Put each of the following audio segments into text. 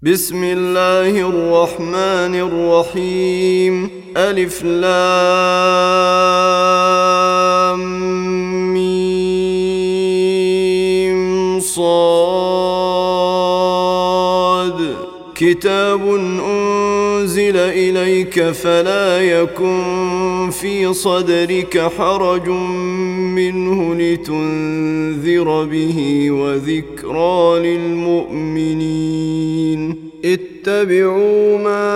بسم الله الرحمن الرحيم. ألف لام ميم صاد. كتاب أنزل إليك فلا يكن في صدرك حرج منه لتنذر به وذكرى للمؤمنين. اتبعوا ما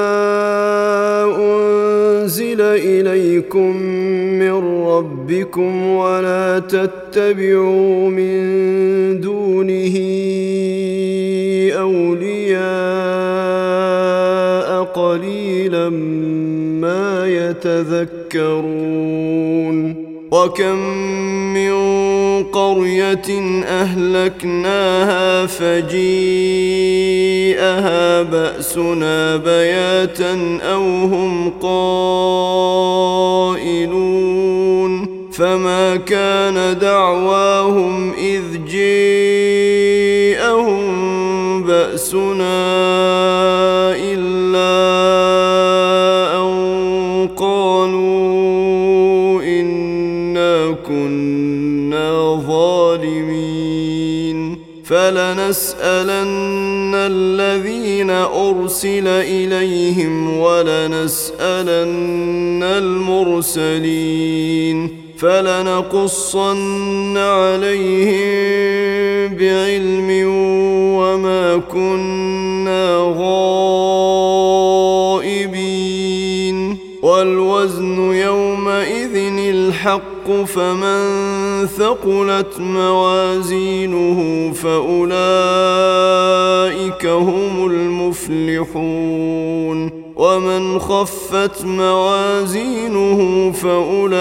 أنزل إليكم من ربكم ولا تتبعوا من دونه أولياء قليلا ما يتذكرون. وكم من قرية أهلكناها فجيءها بأسنا بياتا أو هم قائلون. فما كان دعواهم إذ جيءهم بأسنا إلا أن قالوا إنا كنا ظالمين. فلنسألن الذين أرسل إليهم ولنسألن المرسلين. فلنقصن عليهم بعلم وما كنا غائبين. والوزن يومئذ الحق فمن ثقلت موازينه فأولئك هم المفلحون. ومن خفت موازينه فأولئك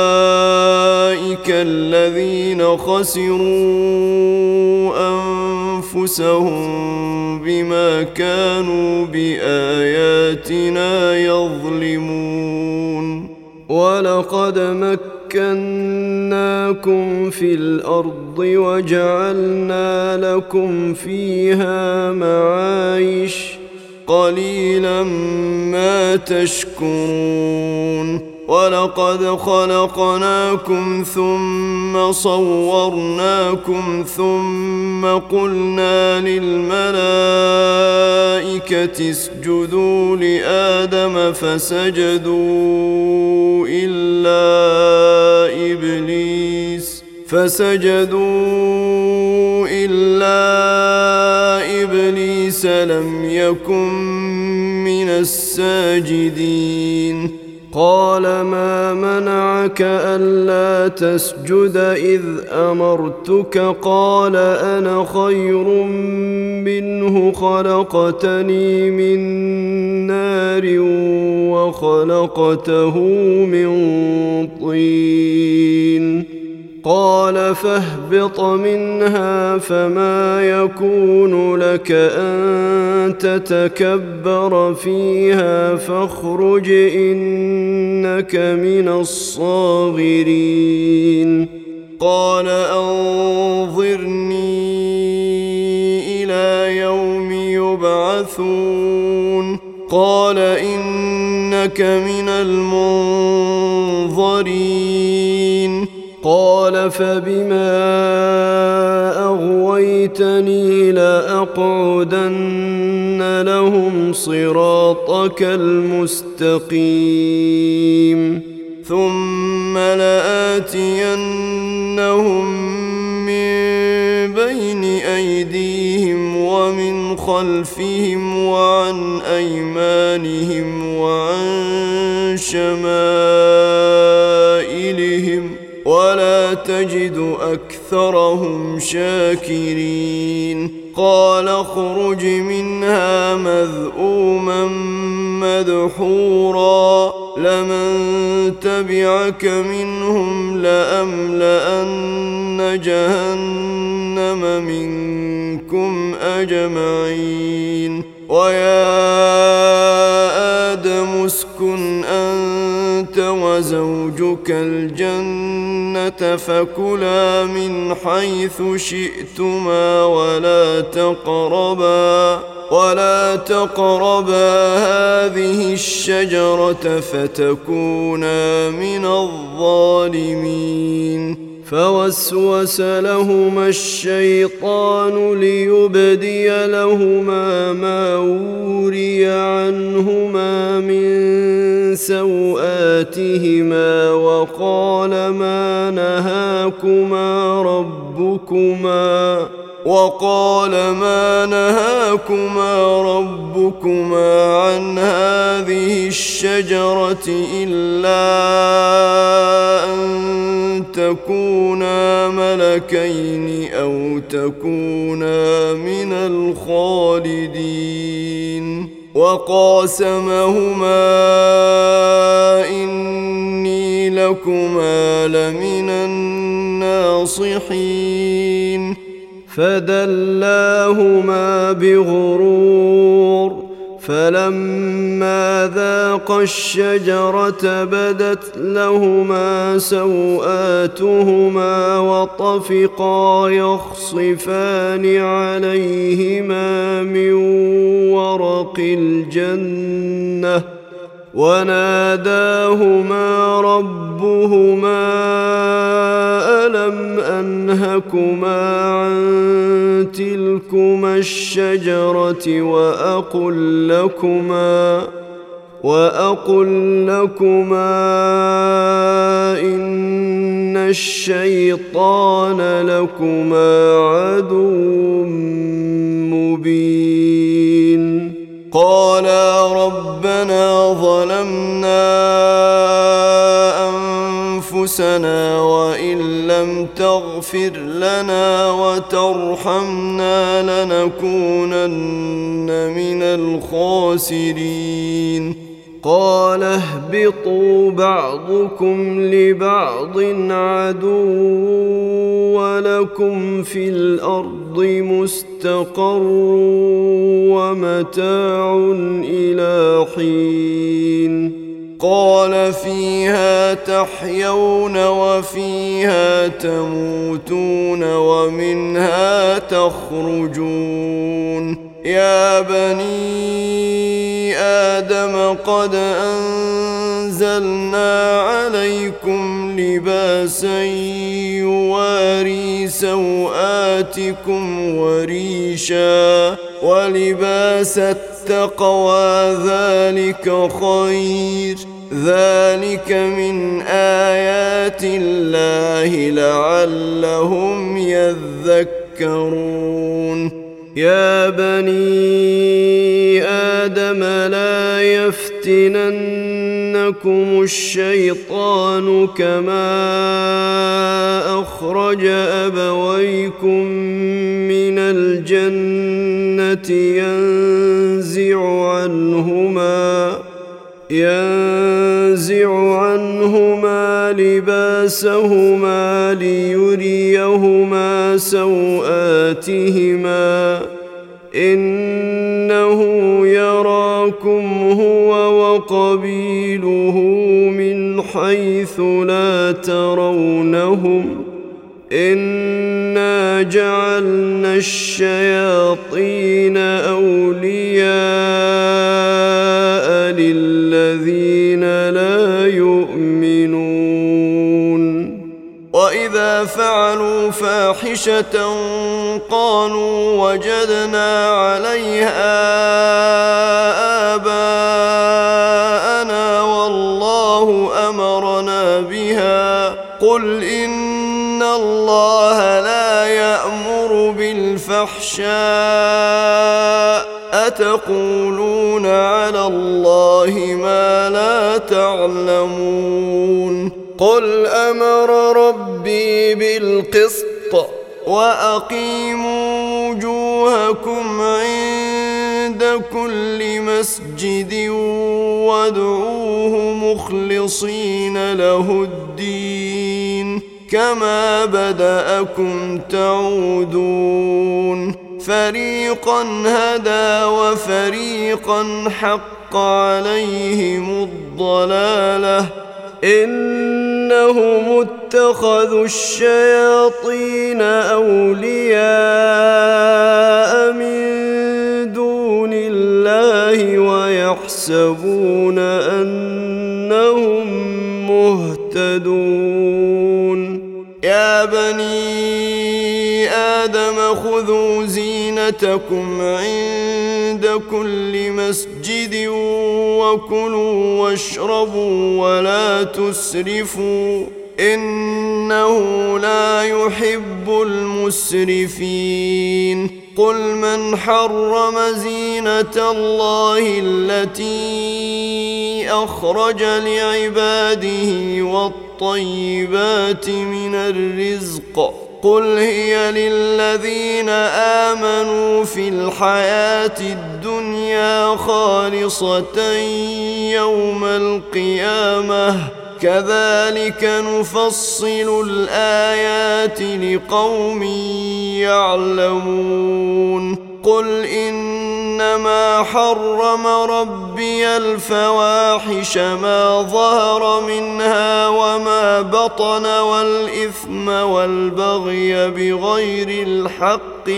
الذين خسروا أنفسهم بما كانوا بآياتنا يظلمون. ولقد مكناكم في الأرض وجعلنا لكم فيها معايش قليلا ما تشكرون. ولقد خلقناكم ثم صورناكم ثم قلنا للملائكة اسجدوا لآدم فسجدوا إلا إبليس لم يكن من الساجدين. قال ما منعك ألا تسجد إذ أمرتك؟ قال أنا خير منه خلقتني من نار وخلقته من طين. قال فاهبط منها فما يكون لك أن تتكبر فيها فاخرج إنك من الصاغرين. قال أنظرني إلى يوم يبعثون. قال إنك من المنظرين. قال فبما أغويتني لأقعدن لهم صراطك المستقيم ثم لآتينهم من بين أيديهم ومن خلفهم وعن أيمانهم وعن شمائلهم ولا تجد أكثرهم شاكرين. قال اخرج منها مذءوما مدحورا لمن تبعك منهم لأملأن جهنم منكم أجمعين. ويا آدم اسكن أنت وزوجك الجنة فكلا من حيث شئتما ولا تقربا هذه الشجرة فتكونا من الظالمين. فوسوس لهما الشيطان ليبدي لهما ما وري عنهما من سوآتهما وقال ما نهاكما ربكما عن هذه الشجرة إلا أن تكونا ملكين أو تكونا من الخالدين. وقاسمهما إني لكما لمن الناصحين. فدلاهما بغرور فلما ذاقا الشجرة بدت لهما سوآتهما وطفقا يخصفان عليهما من ورق الجنة وناداهما ربهما ألم أنهكما عن تلكما الشجرة وأقل لكما إن الشيطان لكما عدو مبين. قالا ربنا ظلمنا أنفسنا وإن لم تغفر لنا وترحمنا لنكونن من الخاسرين. قال اهبطوا بعضكم لبعض عدو ولكم في الأرض مستقر ومتاع إلى حين. قال فيها تحيون وفيها تموتون ومنها تخرجون. يا بني آدم قد أنزلنا عليكم لباسا يواري سوآتكم وريشا ولباس التقوى ذلك خير. ذلك من آيات الله لعلهم يذكرون. يا بني آدم لا يفتننكم الشيطان كما أخرج أبويكم من الجنة ينزع عنهما لباسهما ليريهما سوآتهما إنه يراكم هو وقبيله من حيث لا ترونهم إنا جعلنا الشياطين أولياء للذين لا يؤمنون. وإذا فعلوا فاحشة قالوا وجدنا عليها آباءنا والله أمرنا بها. قل إن الله لا يأمر بالفحشاء أتقولون على الله ما لا تعلمون. قل أمر ربي بالقسط وأقيموا وجوهكم عند كل مسجد وادعوه مخلصين له الدين كما بدأكم تعودون. فريقا هدى وفريقا حق عليهم الضلالة إنهم اتخذوا الشياطين أولياء من دون دون الله ويحسبون أنهم مهتدون يا بني آدم خذوا زينتكم عند كل مسجد وكلوا واشربوا ولا تسرفوا إنه لا يحب المسرفين قل من حرم زينة الله التي أخرج لعباده والطيبات من الرزق قل هي للذين آمنوا في الحياة الدنيا خالصة يوم القيامة كذلك نفصل الآيات لقوم يعلمون قل إنما حرم ربي الفواحش ما ظهر منها وما بطن والإثم والبغي بغير الحق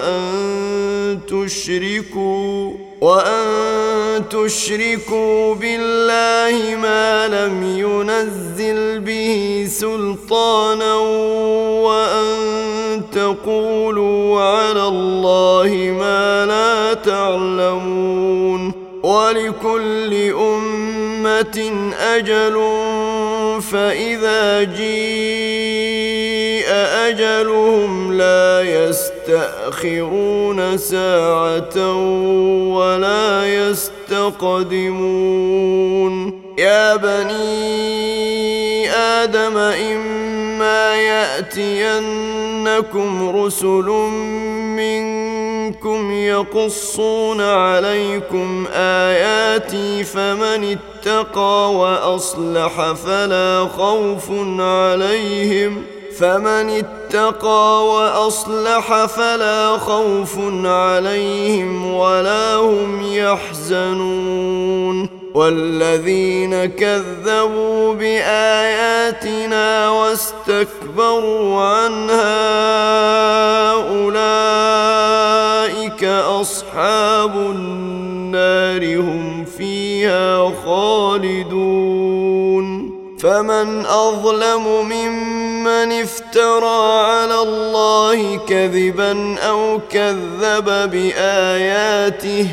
وأن تشركوا بالله ما لم ينزل به سلطانا وأن تقولوا على الله ما لا تعلمون ولكل أمة أجل فإذا جيء أجلهم لا يستأخرون ساعة ولا يستقدمون يا بني آدم إما يأتينكم رسل منكم يقصون عليكم آياتي فمن اتقى وأصلح فلا خوف عليهم ولا هم يحزنون والذين كذبوا بآياتنا واستكبروا عنها أولئك أصحاب النار هم فيها خالدون فمن أظلم ممن افترى على الله كذبا أو كذب بآياته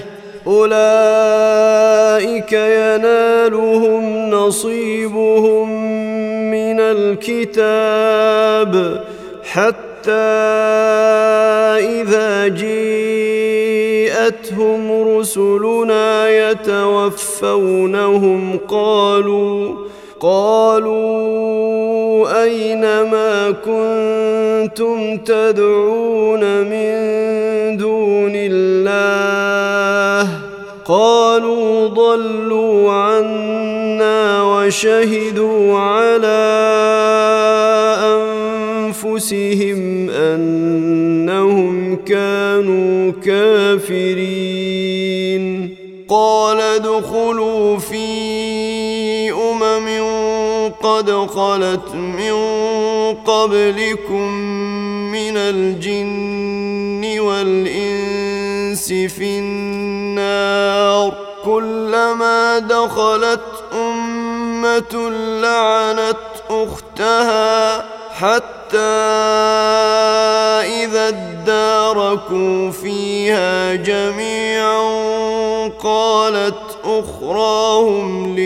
أولئك ينالهم نصيبهم من الكتاب حتى إذا جيءتهم رسلنا يتوفونهم قالوا أين ما كنتم تدعون من دون الله قالوا ضلوا عنا وشهدوا على أنفسهم أنهم كانوا كافرين قال ادخلوا في قد خلت من قبلكم من الجن والإنس في النار كلما دخلت أمة لعنت أختها حتى إذا اداركوا فيها جميعا قالت أخراهم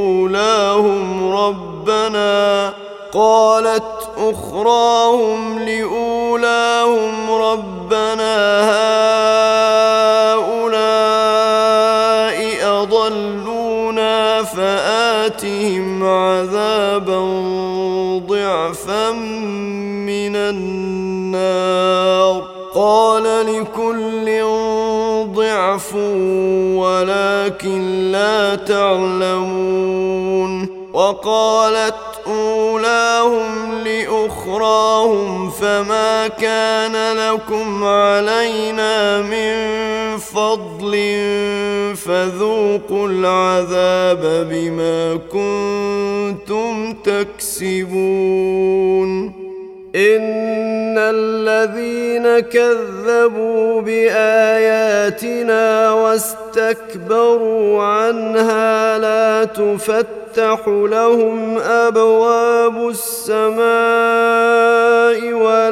لأولاهم ربنا هؤلاء أضلونا فآتهم عذابا ضعفا من النار قال لكل ضعف ولكن لا تعلمون وقالت أولاهم لأخراهم فما كان لكم علينا من فضل فذوقوا العذاب بما كنتم تكسبون إن الذين كذبوا بآياتنا واستكبروا عنها لا تفتح لهم أبواب السماء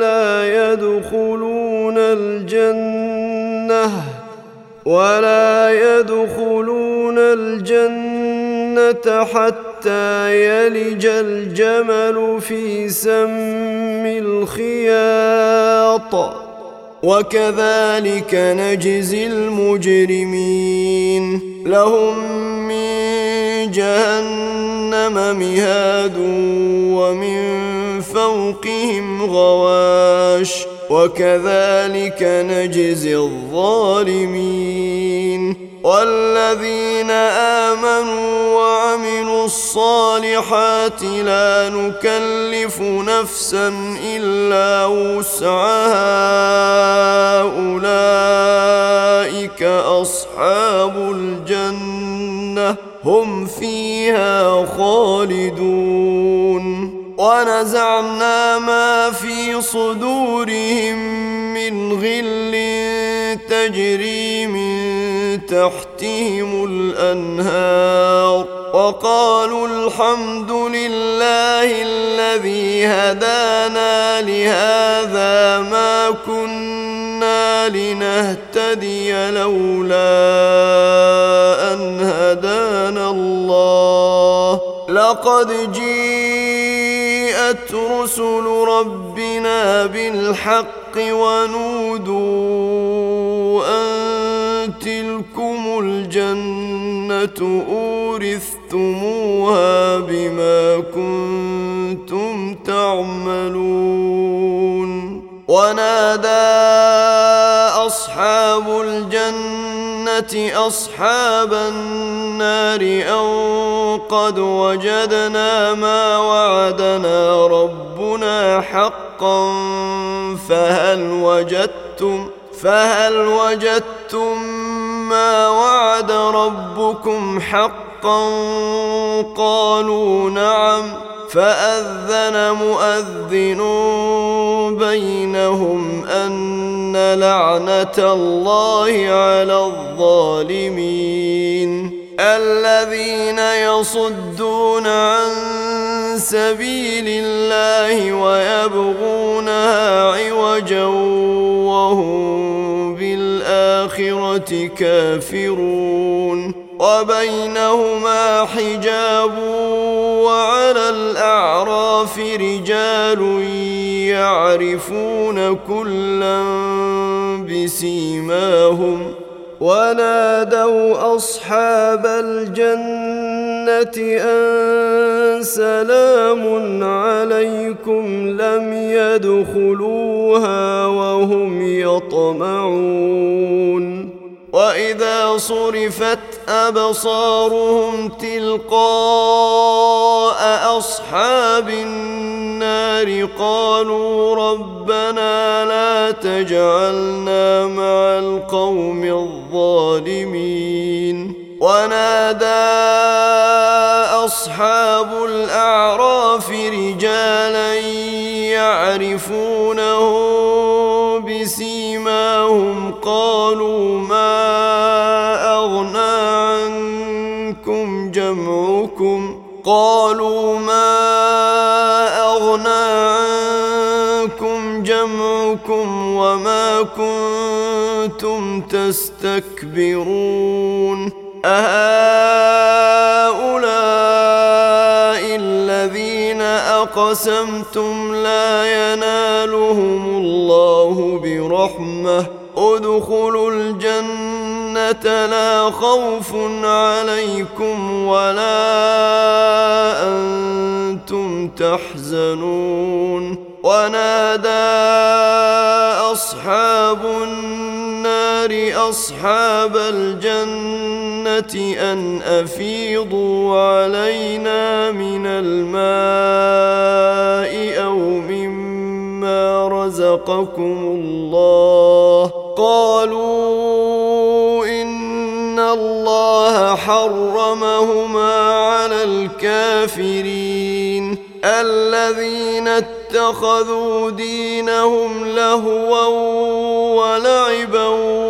ولا يدخلون الجنة حتى يلج الجمل في سم الخياط وكذلك نجزي المجرمين لهم من جهنم مهاد ومن فوقهم غواش وكذلك نجزي الظالمين والذين آمنوا وعملوا الصالحات لا نكلف نفسا إلا وسعها أولئك أصحاب الجنة هم فيها خالدون ونزعنا ما في صدورهم من غل تجري من تحتهم الأنهار وقالوا الحمد لله الذي هدانا لهذا ما كنا لنهتدي لولا أن هدانا الله لقد جاءت رسل ربنا بالحق ونودوا أن تلكم الجنة أورثتموها بما كنتم تعملون ونادى أصحاب الجنة أصحاب النار أن قد وجدنا ما وعدنا ربنا حقا فهل وجدتم ما وعد ربكم حقا قالوا نعم فأذن مؤذن بينهم أن لعنة الله على الظالمين الذين يصدون عن سبيل الله ويبغونها عوجا وهم بالآخرة كافرون وبينهما حجاب وعلى الأعراف رجال يعرفون كلا بسيماهم ونادوا أصحاب الجنة أن سلام عليكم لم يدخلوها وهم يطمعون وإذا صرفت أبصارهم تلقاء أصحاب النار قالوا ربنا لا تجعلنا مع القوم الظالمين ونادى أصحاب الأعراف رجالا يعرفونهم بسيماهم قالوا ما أغنى عنكم جمعكم وما كنتم تستكبرون أهؤلاء الذين أقسمتم لا ينالهم الله برحمة ادخلوا الجنة لا خوف عليكم ولا أنتم تحزنون ونادى أصحاب النار أصحاب الجنة أن أفيضوا علينا من الماء أو مما رزقكم الله قالوا إن الله حرمهما على الكافرين الذين اتخذوا دينهم لهوا ولعبا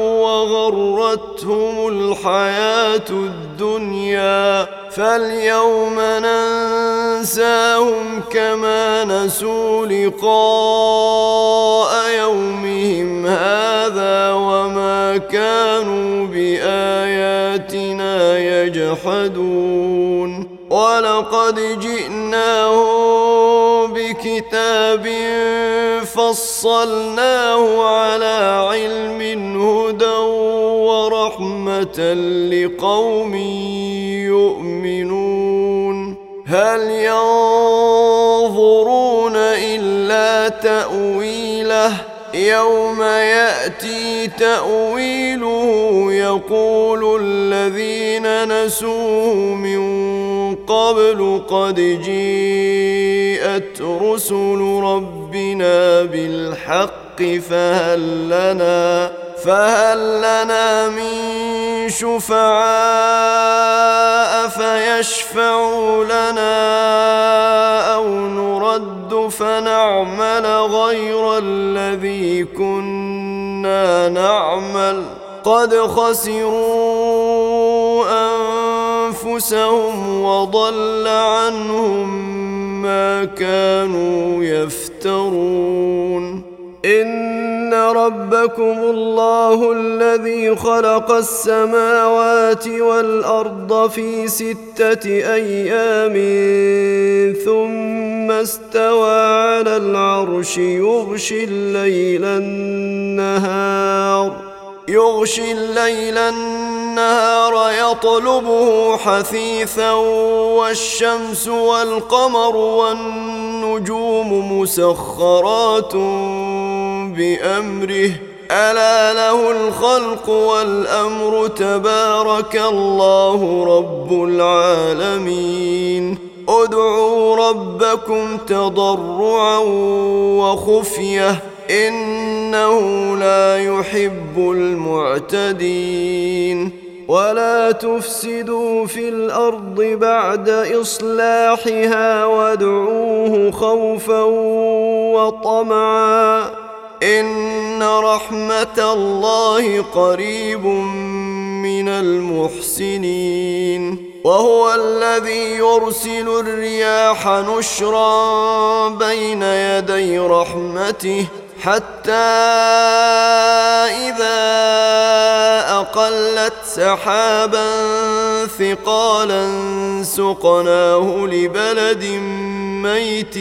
وغرتهم الحياة الدنيا فاليوم ننساهم كما نسوا لقاء يومهم هذا وما كانوا بآياتنا يجحدون ولقد جئناهم بكتاب فصلناه على علم هدى ورحمة لقوم يؤمنون هل ينظرون إلا تأويله يوم يأتي تأويله يقول الذين نسوه من قبل قد جاءت رسل ربنا بالحق فهل لنا من شفعاء فيشفعوا لنا أو نرد فنعمل غير الذي كنا نعمل قد خسروا أنفسهم وضل عنهم ما كانوا يفترون إن ربكم الله الذي خلق السماوات والأرض في 6 أيام ثم استوى على العرش يغشي الليل النهار يطلبه حثيثا والشمس والقمر والنجوم مسخرات بأمره ألا له الخلق والأمر تبارك الله رب العالمين ادعوا ربكم تضرعا وخفية إنه لا يحب المعتدين ولا تفسدوا في الأرض بعد إصلاحها وادعوه خوفا وطمعا إن رحمة الله قريب من المحسنين وهو الذي يرسل الرياح نشرا بين يدي رحمته حتى إذا أقلت سحابا ثقالا سقناه لبلد ميت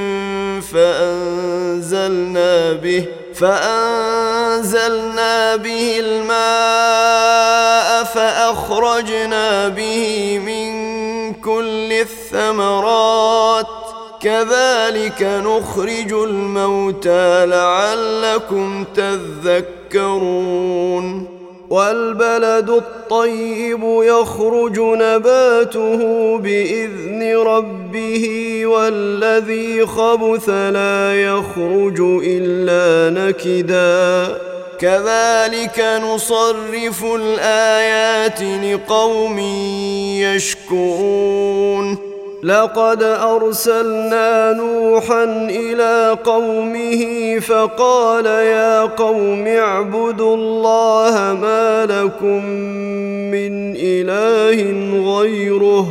فأنزلنا به الماء فأخرجنا به من كل الثمرات كذلك نخرج الموتى لعلكم تذكرون والبلد الطيب يخرج نباته بإذن ربه والذي خبث لا يخرج إلا نكدا كذلك نصرف الآيات لقوم يشكرون لقد أرسلنا نوحا إلى قومه فقال يا قوم اعبدوا الله ما لكم من إله غيره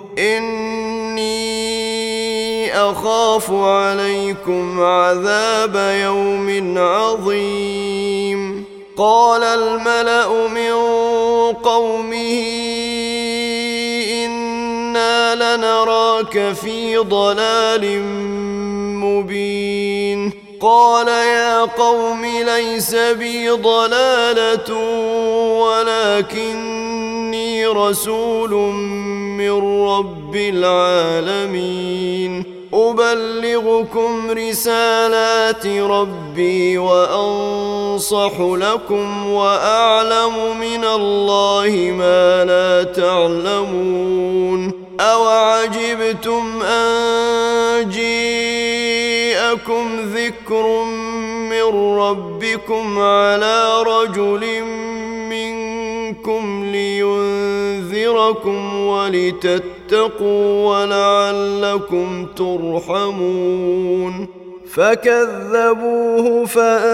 إني أخاف عليكم عذاب يوم عظيم قال الملأ من قومه لنراك في ضلال مبين قال يا قوم ليس بي ضلالة ولكني رسول من رب العالمين أبلغكم رسالات ربي وأنصح لكم وأعلم من الله ما لا تعلمون أوعجبتم أن جاءكم ذكر من ربكم على رجل منكم لينذركم ولتتقوا ولعلكم ترحمون فكذبوه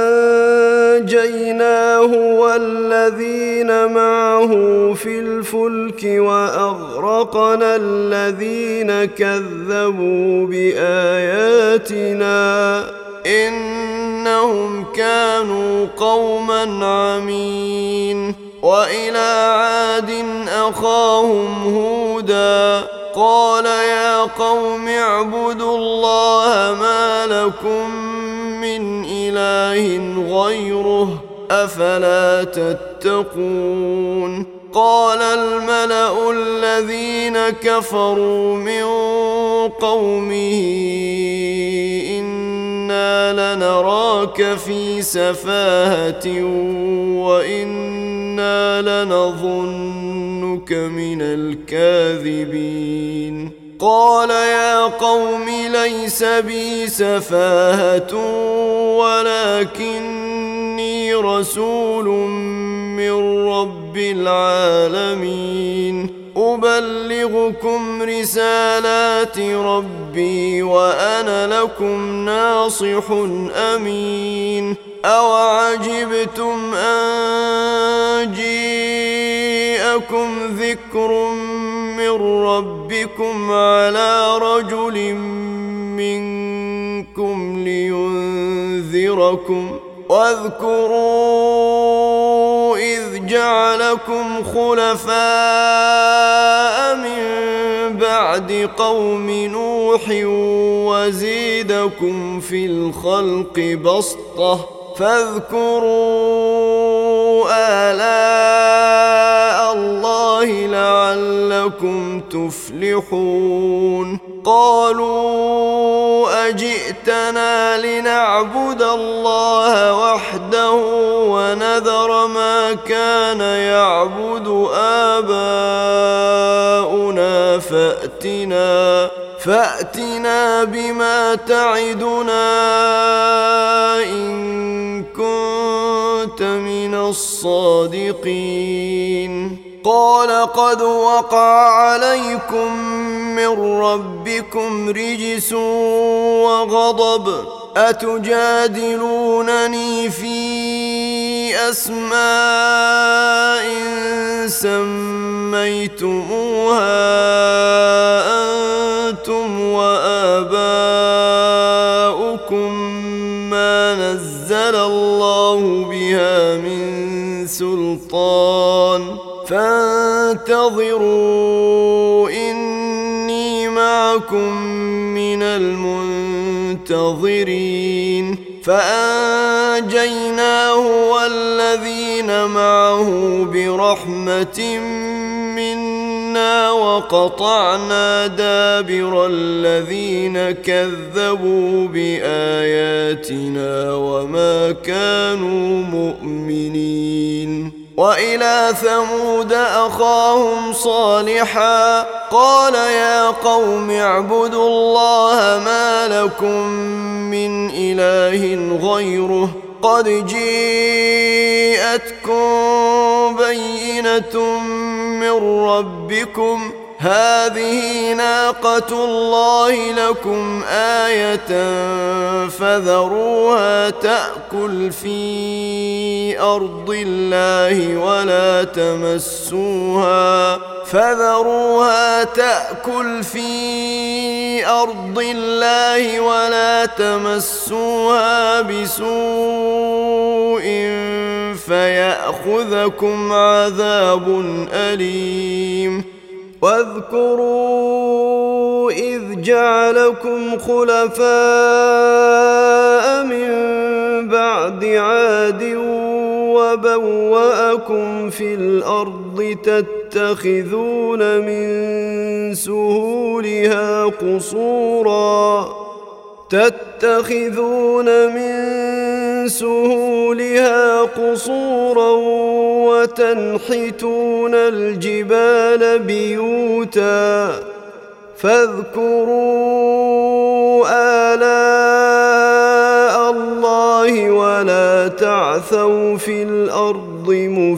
فأنجيناه والذين معه في الفلك وأغرقنا الذين كذبوا بآياتنا إنهم كانوا قوما عمين. وإلى عاد أخاهم هودا قال يا قوم اعبدوا الله ما لكم من إله غيره أفلا تتقون. قال الملأ الذين كفروا من قومه إنا لنراك في سفاهة وإنا لنظنك من الكاذبين. قال يا قوم ليس بي سفاهة ولكني رسول من رب العالمين أبلغكم رسالات ربي وأنا لكم ناصح أمين. أوعجبتم أن جيءكم ذكر من ربكم على رجل منكم لينذركم واذكروا إذ جعلكم خلفاء من بعد قوم نوح وزيدكم في الخلق بسطة فاذكروا آلاء الله لعلكم تفلحون. قالوا أجئتنا لنعبد الله وحده ونذر ما كان يعبد آباؤنا فأتنا بما تعدنا إن كنت من الصادقين. قال قد وقع عليكم من ربكم رجس وغضب أتجادلونني في أسماء سميتموها أنتم وآباؤكم ما نزل الله بها من سلطان فانتظروا إني معكم من المنتظرين. فأنجيناه والذين معه برحمة منا وقطعنا دابر الذين كذبوا بآياتنا وما كانوا مؤمنين. وإلى ثمود أخاهم صالحا قال يا قوم اعبدوا الله ما لكم من إله غيره قد جيءتكم بينة من ربكم هذه ناقة الله لكم آية فذروها تأكل في أرض الله ولا تمسوها بسوء فيأخذكم عذاب أليم. واذكروا إذ جعلكم خلفاء من بعد عاد وبوأكم في الأرض تتخذون من سهولها قصورا وتنحتون الجبال بيوتا فاذكروا آلاء الله ولا تعثوا في الأرض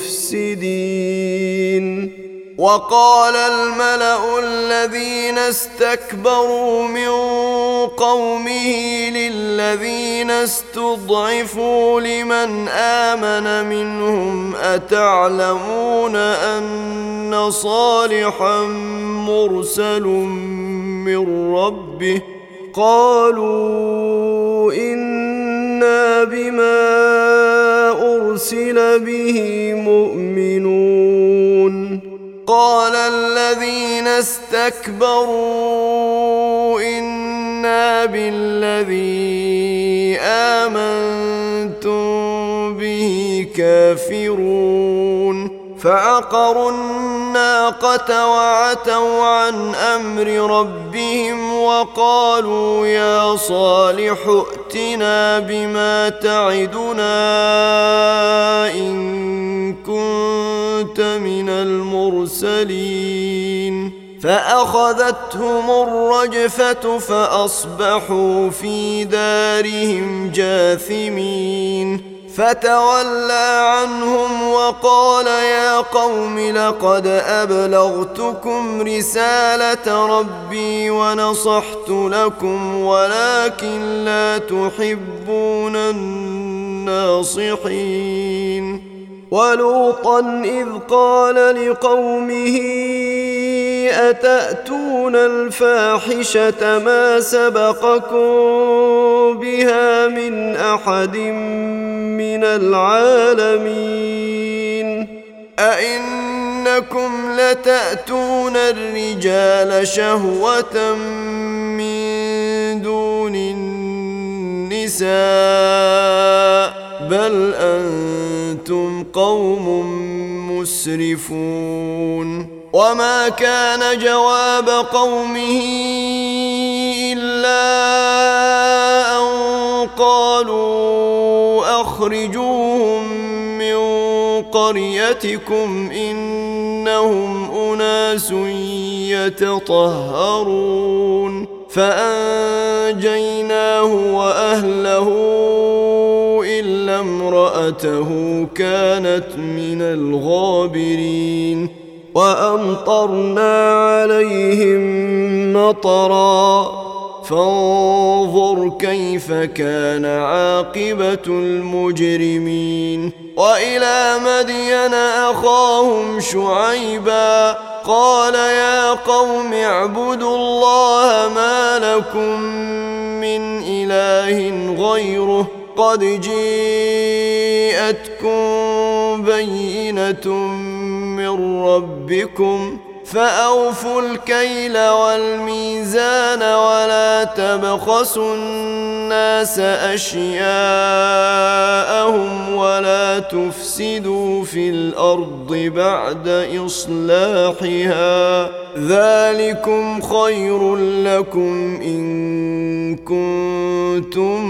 مفسدين. وقال الملأ الذين استكبروا من قومه للذين استضعفوا لمن آمن منهم أتعلمون أن صالحا مرسل من ربه قالوا إنا بما أرسل به مؤمنون قال الذين استكبروا إنا بالذي آمنتم به كافرون فعقروا الناقة وعتوا عن أمر ربهم وقالوا يا صالح ائتنا بما تعدنا إن كنت من المرسلين فأخذتهم الرجفة فأصبحوا في دارهم جاثمين فتولى عنهم وقال يا قوم لقد أبلغتكم رسالة ربي ونصحت لكم ولكن لا تحبون الناصحين ولوطا إذ قال لقومه أتأتون الفاحشة ما سبقكم بها من أحد من العالمين أئنكم لتأتون الرجال شهوة من دون النساء بل أنتم قوم مسرفون وما كان جواب قومه إلا أن قالوا أخرجوهم من قريتكم إنهم أناس يتطهرون فأنجيناه وأهله إلا امرأته كانت من الغابرين وأمطرنا عليهم مطرا فانظر كيف كان عاقبة المجرمين وإلى مدين أخاهم شعيبا قال يا قوم اعبدوا الله ما لكم من إله غيره قد جيءتكم بينة من ربكم فأوفوا الكيل والميزان ولا تبخسوا الناس أشياءهم ولا تفسدوا في الأرض بعد إصلاحها ذلكم خير لكم إن كنتم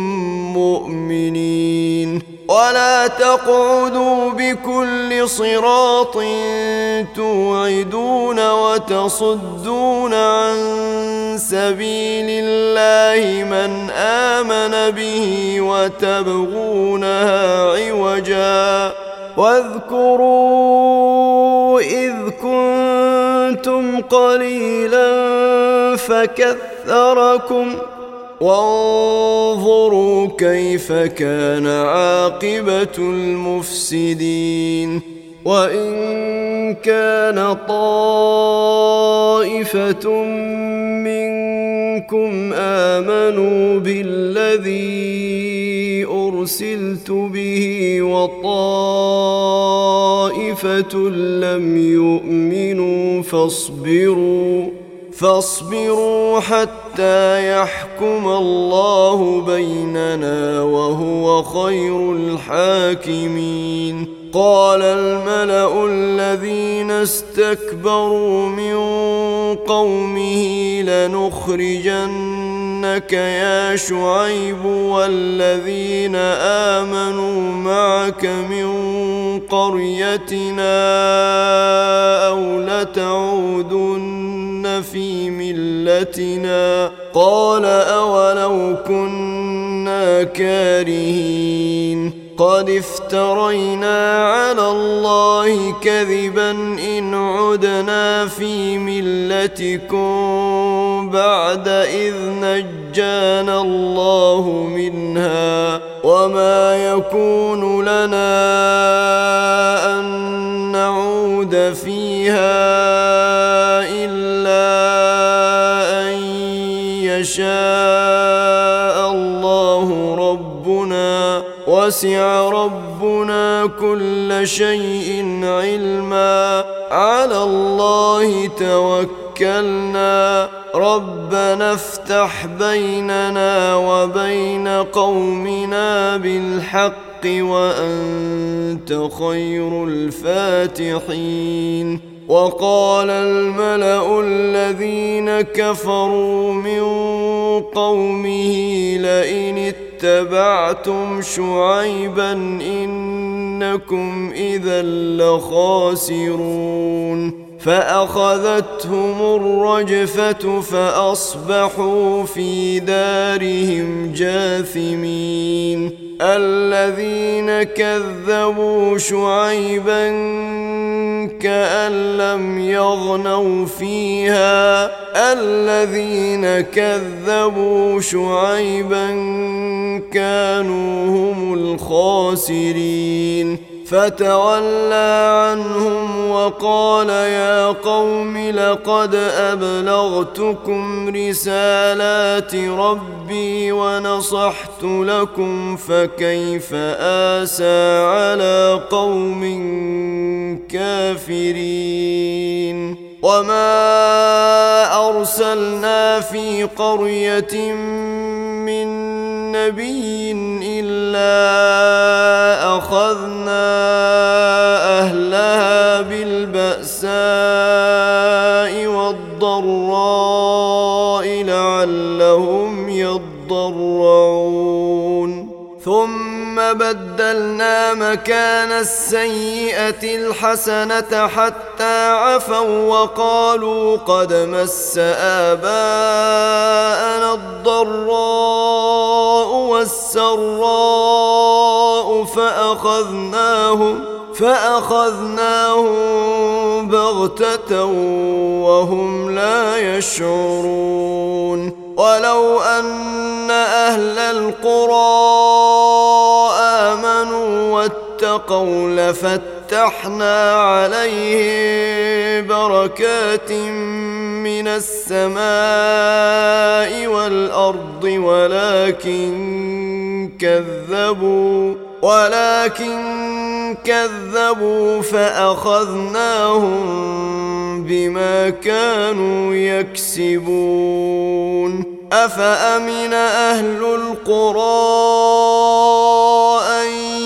مؤمنين ولا تقعدوا بكل صراط توعدون وتصدون عن سبيل الله من آمن به وتبغونها عوجا واذكروا إذ كنتم قليلا فكثركم وانظروا كيف كان عاقبة المفسدين وإن كان طائفة منكم آمنوا بالذي أرسلت به وطائفة لم يؤمنوا فاصبروا حتى يحكم الله بيننا وهو خير الحاكمين قال الملأ الذين استكبروا من قومه لنخرجنك يا شعيب والذين آمنوا معك من قريتنا أو لتعودن في ملتنا قال أولو كنا كارهين قد افترينا على الله كذبا إن عدنا في ملتكم بعد إذ نجانا الله منها وما يكون لنا أن نعود فيها إلا أن يشاء الله ربنا وسع ربنا كل شيء علما على الله توكلنا ربنا افتح بيننا وبين قومنا بالحق وأنت خير الفاتحين وقال الملأ الذين كفروا من قومه لئن اتبعتم شعيبا إنكم إذا لخاسرون فأخذتهم الرجفة فأصبحوا في دارهم جاثمين الذين كذبوا شعيبا كأن لم يغنوا فيها الذين كذبوا شعيبا كانوا هم الخاسرين فتولى عنهم وقال يا قوم لقد أبلغتكم رسالات ربي ونصحت لكم فكيف آسى على قوم كافرين وما أرسلنا في قرية من نبي إلا أخذنا أهلها بالبأساء والضراء لعلهم يضرعون ثم بدلنا مكان السيئة الحسنة حتى عفوا وقالوا قد مس آباءنا الضراء والسراء فأخذناهم بغتة وهم لا يشعرون ولو أن أهل القرى آمنوا واتقوا لفتحنا عليهم بركات من السماء والأرض ولكن كذبوا فأخذناهم بما كانوا يكسبون أفأمن أهل القرى أن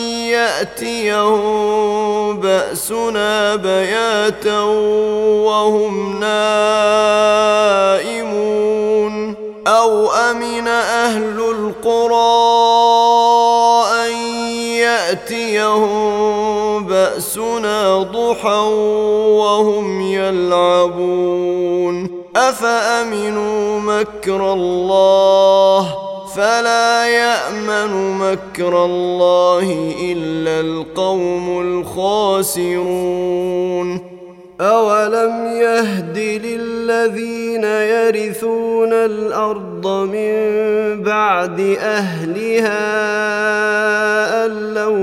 يأتيهم بأسنا بياتا وهم نائمون أو أمن أهل القرى أن يأتيهم بأسنا ضحى وهم يلعبون أفأمنوا مكر الله فلا يأمن مكر الله إلا القوم الخاسرون أولم يهد للذين يرثون الأرض من بعد أهلها أن لو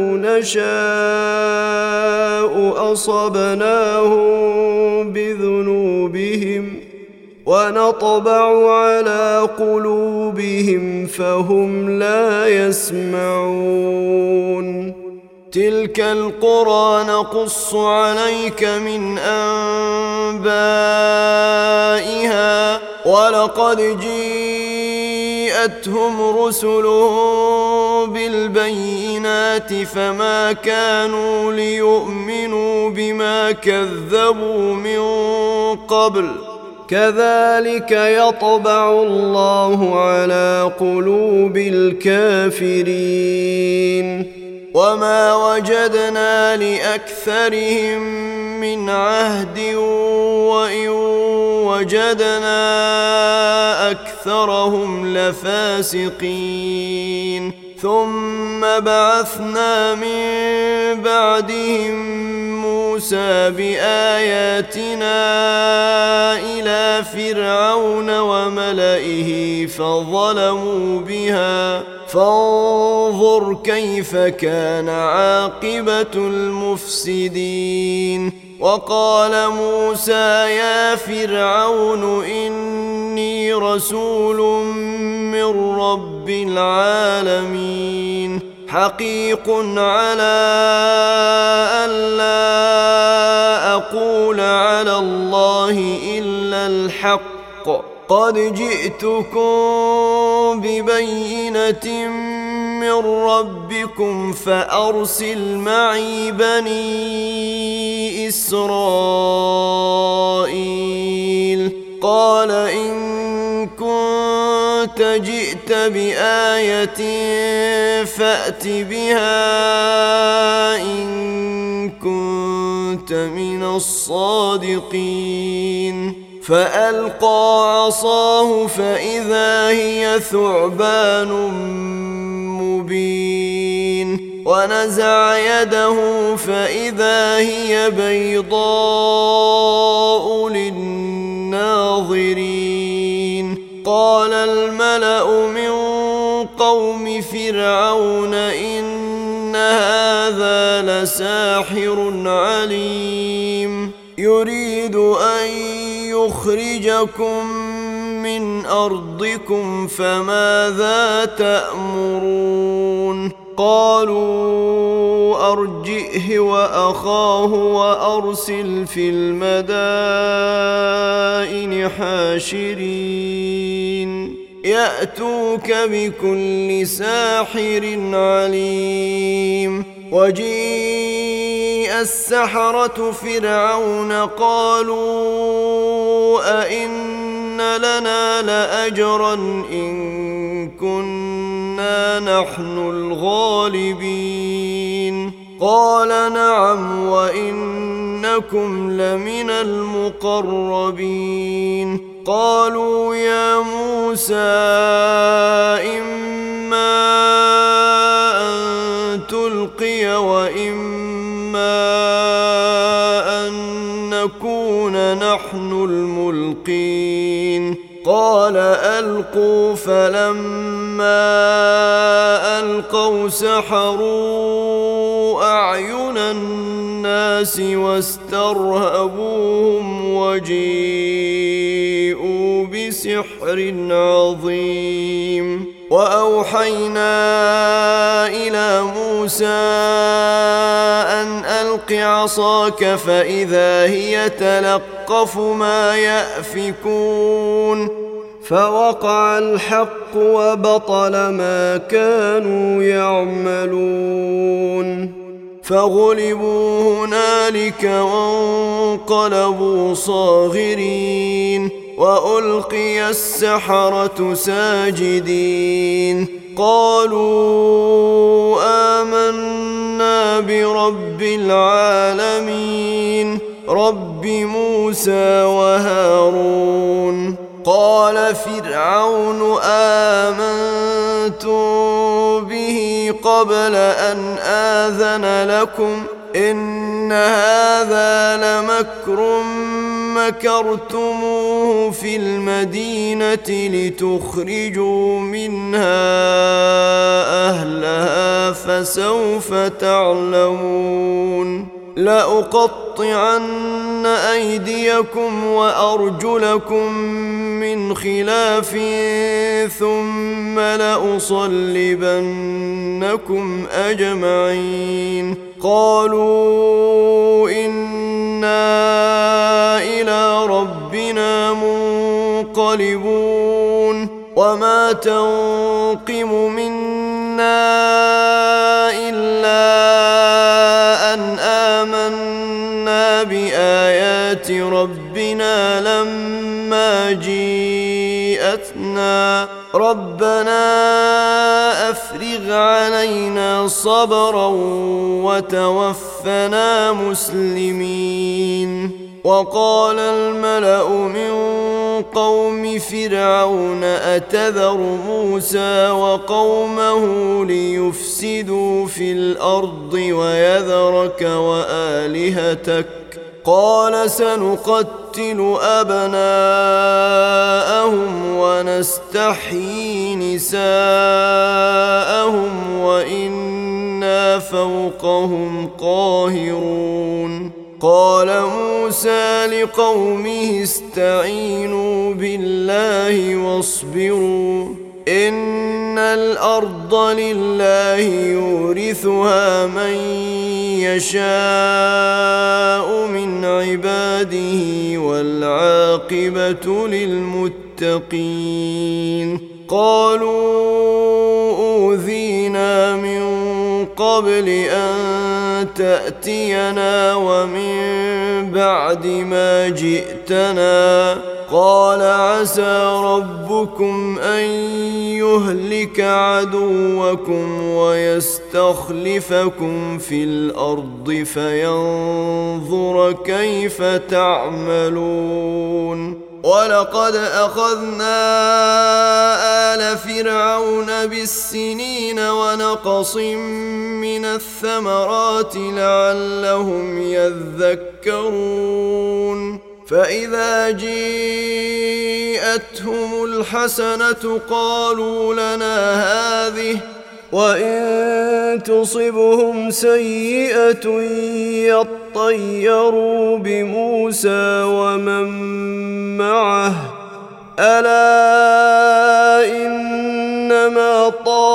نشاء أصبناهم بذنوبهم ونطبع على قلوبهم فهم لا يسمعون تلك القرى نقص عليك من أنبائها ولقد جيءتهم رسلهم بالبينات فما كانوا ليؤمنوا بما كذبوا من قبل كذلك يطبع الله على قلوب الكافرين وما وجدنا لأكثرهم من عهد وإن وجدنا أكثرهم لفاسقين ثم بعثنا من بعدهم موسى بآياتنا إلى فرعون وملئه فظلموا بها فانظر كيف كان عاقبة المفسدين. وقال موسى يا فرعون إني رسول من رب العالمين حقيق على ألا أقول على الله إلا الحق قد جئتكم ببينة من ربكم فأرسل معي بني إسرائيل. قال إن كنت جئت بآية فأت بها إن كنت من الصادقين. فألقى عصاه فإذا هي ثعبان مبين ونزع يده فإذا هي بيضاء للناظرين. قال الملأ من قوم فرعون إن هذا لساحر عليم يريد أن يخرجكم من أرضكم فماذا تأمرون. قالوا أرجئه وأخاه وأرسل في المدائن حاشرين يأتوك بكل ساحر عليم. وجيء السحرة فرعون قالوا أئن لنا لأجرا إن كنا نحن الغالبين. قال نعم وإنكم لمن المقربين. قالوا يا موسى إما أن تلقي وإما أن نكون نحن الملقين. قال ألقوا فلما ألقوا سحروا أعين الناس واسترهبوهم وجيءوا بسحر عظيم. وأوحينا إلى موسى أن ألق عصاك فإذا هي تلقف ما يأفكون. فوقع الحق وبطل ما كانوا يعملون. فغلبوا هنالك وانقلبوا صاغرين وألقي السحرة ساجدين. قالوا آمنا برب العالمين رب موسى وهارون. قال فرعون آمنتم به قبل أن آذن لكم إن هذا لمكر مكرتموه في المدينة لتخرجوا منها أهلها فسوف تعلمون. لأقطعن أيديكم وأرجلكم من خلاف ثم لأصلبنكم أجمعين. قالوا إنا إلى ربنا منقلبون. وما تنقم منا إلا أن آمنا بآيات ربنا لما جيءتنا ربنا أفرغ علينا صبرا وتوفنا مسلمين. وقال الملأ من قوم فرعون أتذر موسى وقومه ليفسدوا في الأرض ويذرك وآلهتك قال سنقتل أبناءهم ونستحيي نساءهم وإنا فوقهم قاهرون قال موسى لقومه استعينوا بالله واصبروا إن الأرض لله يورثها من يشاء من عباده والعاقبة للمتقين قالوا أوذينا من قبل أن تأتينا ومن بعد ما جئتنا قال عسى ربكم أن يهلك عدوكم ويستخلفكم في الأرض فينظر كيف تعملون ولقد أخذنا آل فرعون بالسنين ونقص من الثمرات لعلهم يذكرون فإذا جيءتهم الحسنة قالوا لنا هذه وإن تصبهم سيئة يطيروا بموسى ومن معه ألا إنما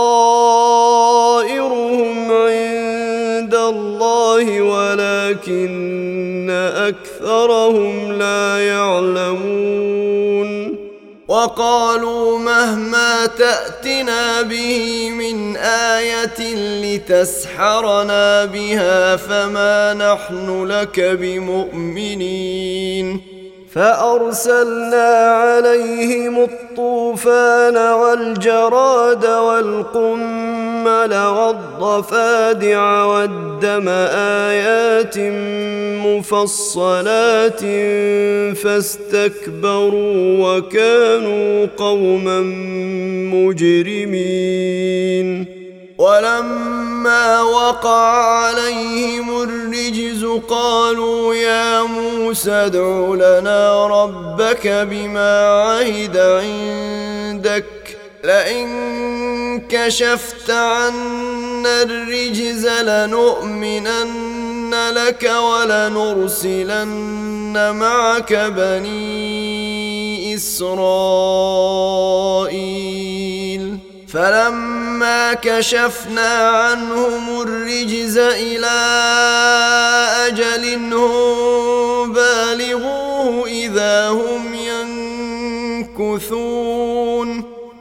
طائرهم عند الله ولكن أكثرهم لا يعلمون وقالوا مهما تأتنا به من آية لتسحرنا بها فما نحن لك بمؤمنين فأرسلنا عليهم الطوفان والجراد والقمل والضفادع والدم آيات مفصلات فاستكبروا وكانوا قوما مجرمين ولما وقع عليهم الرجز قالوا يا موسى ادع لنا ربك بما عهد عندك لئن كشفت عنا الرجز لنؤمنن لك ولنرسلن معك بني إسرائيل فلما كشفنا عنهم الرجز إلى أجل هم بالغوه إذا هم ينكثون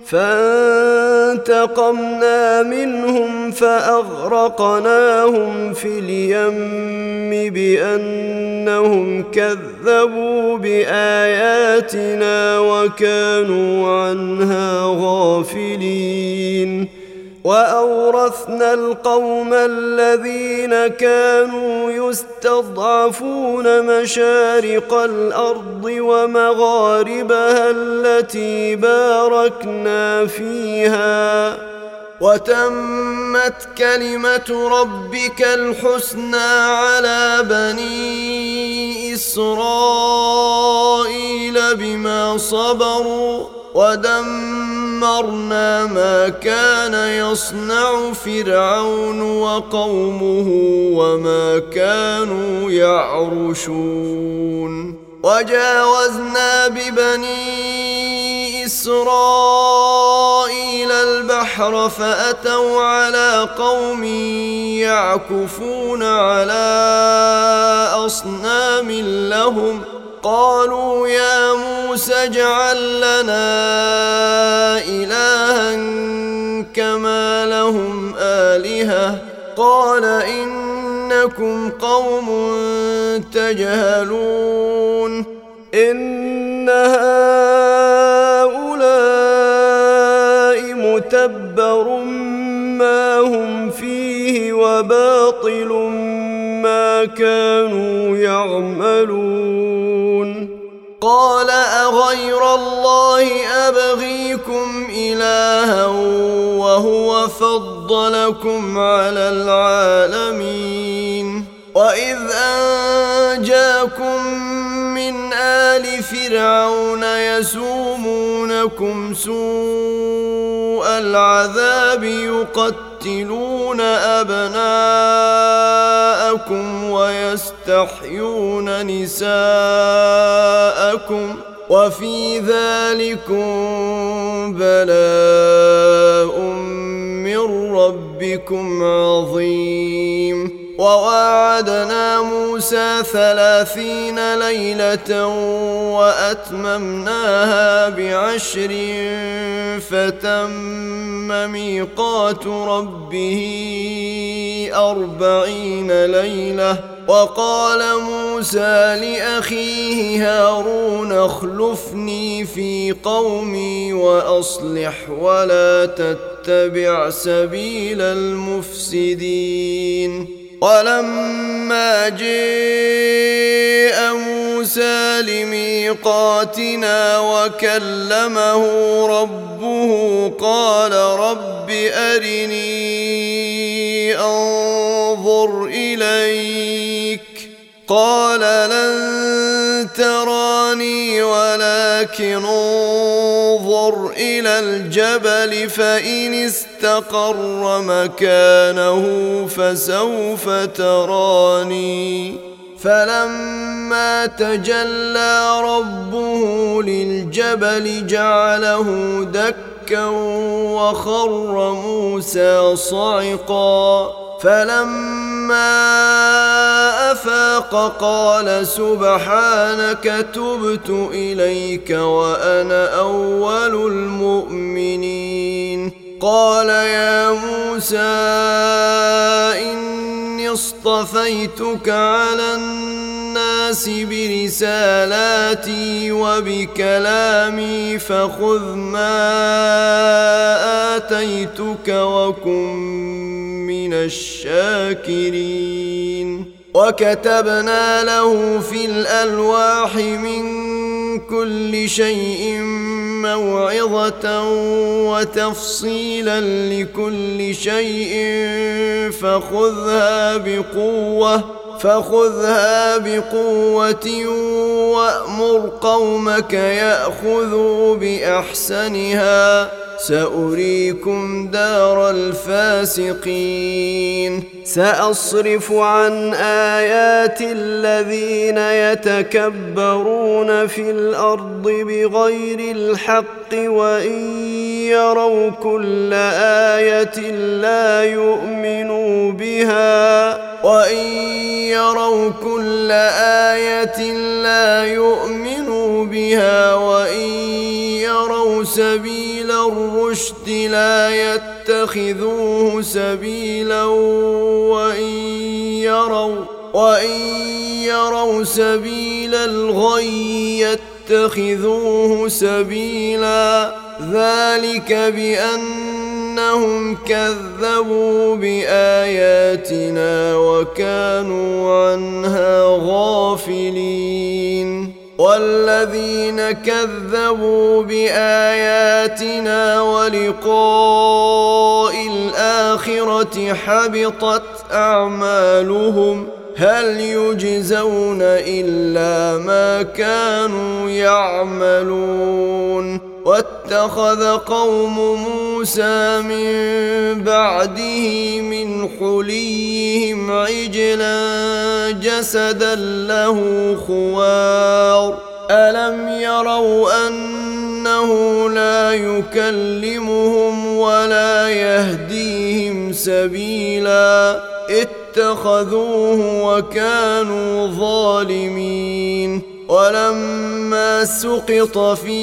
فانتقمنا منهم فأغرقناهم في اليم بأنهم كذبوا بآياتنا وكانوا عنها غافلين وأورثنا القوم الذين كانوا يستضعفون مشارق الأرض ومغاربها التي باركنا فيها وتمت كلمة ربك الحسنى على بني إسرائيل بما صبروا ودمرنا ما كان يصنع فرعون وقومه وما كانوا يعرشون وجاوزنا ببني إسرائيل البحر فأتوا على قوم يعكفون على أصنام لهم قالوا يا موسى اجعل لنا إلها كما لهم آلهة قال إنكم قوم تجهلون إن هؤلاء متبر ما هم فيه وباطل ما كانوا يعملون قال أغير الله أبغيكم إلها وهو فضلكم على العالمين وإذ أنجاكم من آل فرعون يسومونكم سوء العذاب يقتلون أبناءكم ويستحيون نساءكم وفي ذلكم بلاء من ربكم عظيم وواعدنا موسى 30 ليلة وأتممناها ب10 فتم ميقات ربه 40 ليلة وقال موسى لأخيه هارون اخلفني في قومي وأصلح ولا تتبع سبيل المفسدين ولما جاء موسى لميقاتنا وكلمه ربه قال رب أرني أنظر إليك قال لن تراني ولكن انظر إلى الجبل فإن استقر مكانه فسوف تراني فلما تجلى ربه للجبل جعله دكا وخر موسى صعقا فلما أفاق قال سبحانك تبت إليك وأنا أول المؤمنين قال يا موسى إني اصطفيتك على الناس برسالاتي وبكلامي فخذ ما آتيتك وكن من الشاكرين وكتبنا له في الألواح من كل شيء موعظة وتفصيلا لكل شيء فخذها بقوة وأمر قومك يأخذوا بأحسنها سأريكم دار الفاسقين سأصرف عن آيات الذين يتكبرون في الأرض بغير الحق وإن يروا كل آية لا يؤمنوا بها وإن يروا سبيل الرشد لا يتخذوه سبيلا وإن يروا سبيل الغي يتخذوه سبيلا ذلك بأنهم كذبوا بآياتنا وكانوا عنها غافلين والذين كذبوا بآياتنا ولقاء الآخرة حبطت أعمالهم هل يجزون إلا ما كانوا يعملون واتخذ قوم موسى من بعده من حليهم عجلا جسدا له خوار ألم يروا أنه لا يكلمهم ولا يهديهم سبيلا اتخذوه وكانوا ظالمين ولما سقط في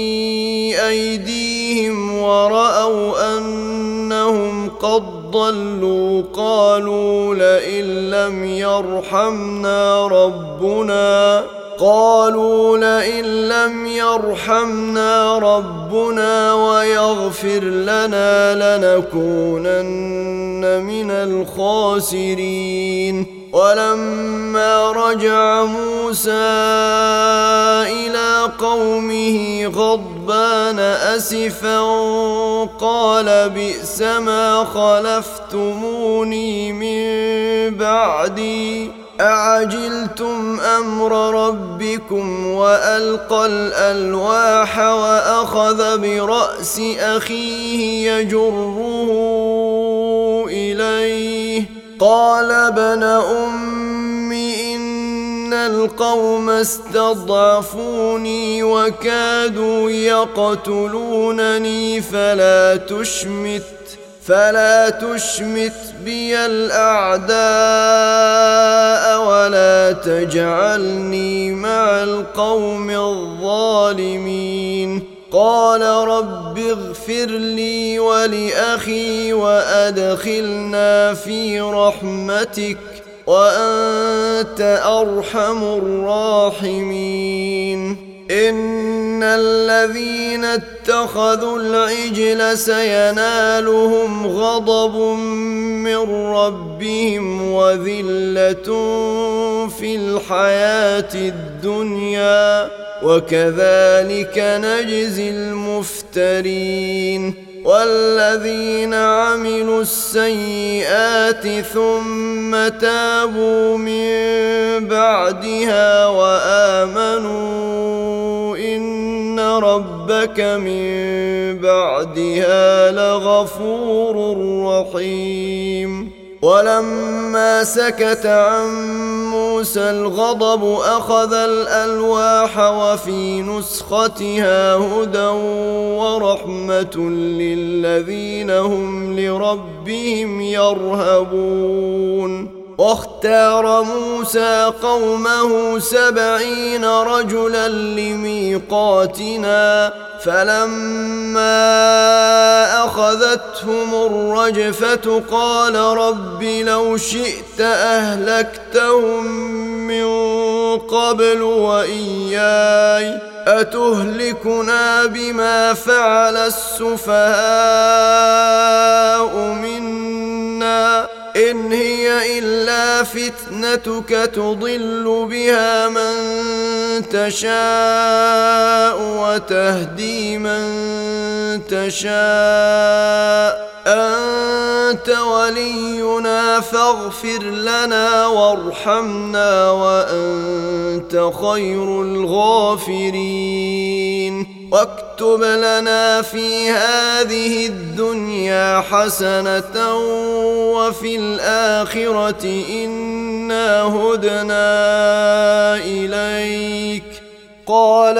أيديهم ورأوا أنهم قد ضلوا قالوا لئن لم يرحمنا ربنا ويغفر لنا لنكونن من الخاسرين ولما رجع موسى إلى قومه غضبان أسفا قال بئس ما خلفتموني من بعدي أعجلتم أمر ربكم وألقى الألواح وأخذ برأس أخيه يجره إليه قال ابن أم إن القوم استضعفوني وكادوا يقتلونني فلا تشمت بي الأعداء ولا تجعلني مع القوم الظالمين قال رب اغفر لي ولأخي وأدخلنا في رحمتك وأنت أرحم الراحمين إن الذين اتخذوا العجل سينالهم غضب من ربهم وذلة في الحياة الدنيا وكذلك نجزي المفترين والذين عملوا السيئات ثم تابوا من بعدها وآمنوا إن ربك من بعدها لغفور رحيم ولما سكت عن موسى الغضب أخذ الألواح وفي نسختها هدى ورحمة للذين هم لربهم يرهبون واختار موسى قومه 70 رجلا لميقاتنا فلما أخذتهم الرجفة قال رب لو شئت أهلكتهم من قبل وإياي أتهلكنا بما فعل السفهاء منا إن هي إلا فتنتك تضل بها من تشاء وتهدي من تشاء أنت ولينا فاغفر لنا وارحمنا وأنت خير الغافرين واكتب لنا في هذه الدنيا حسنة وفي الآخرة إنا هدنا إليك قال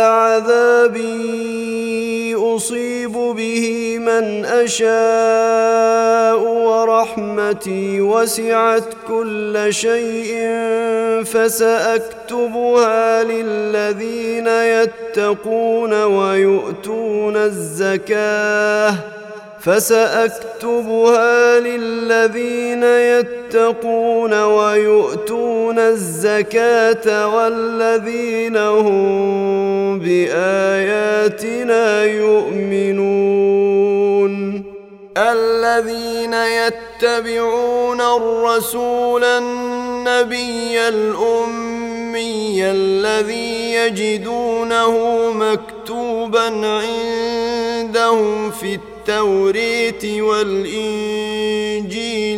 عذابي أصيب به من أشاء ورحمتي وسعت كل شيء فسأكتبها للذين يتقون ويؤتون الزكاة والذين هم بآياتنا يؤمنون الذين يتبعون الرسول النبي الأمي الذي يجدونه مكتوبا عندهم في التوراة والإنجيل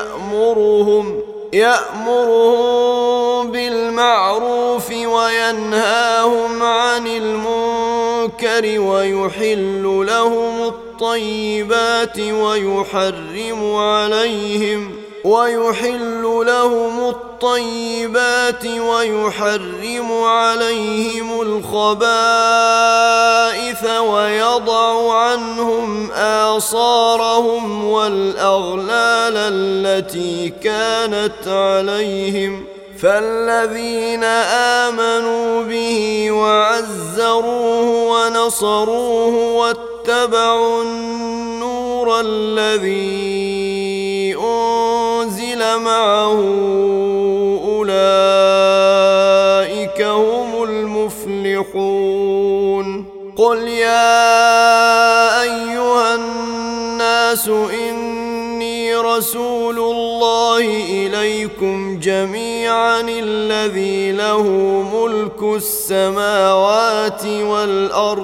يأمرهم بالمعروف وينهاهم عن المنكر ويحل لهم الطيبات ويحرم عليهم الخبائث ويضع عنهم آصارهم والأغلال التي كانت عليهم فالذين آمنوا به وعزروه ونصروه واتبعوا النور الذي أنزل معه أولئك هم المفلحون قل يا أيها الناس إني رسول الله إليكم جميعا الذي له ملك السماوات والأرض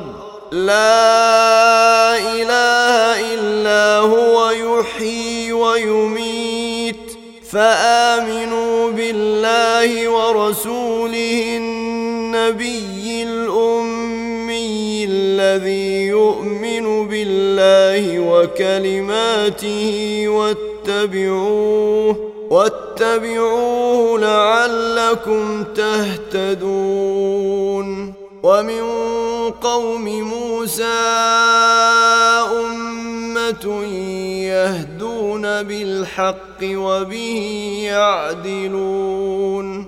لا إله إلا هو يحيي ويميت فآمنوا بالله ورسوله النبي الأمي الذي يؤمن بالله وكلماته واتبعوه لعلكم تهتدون. ومن قوم موسى أمة يهدون بالحق وبه يعدلون.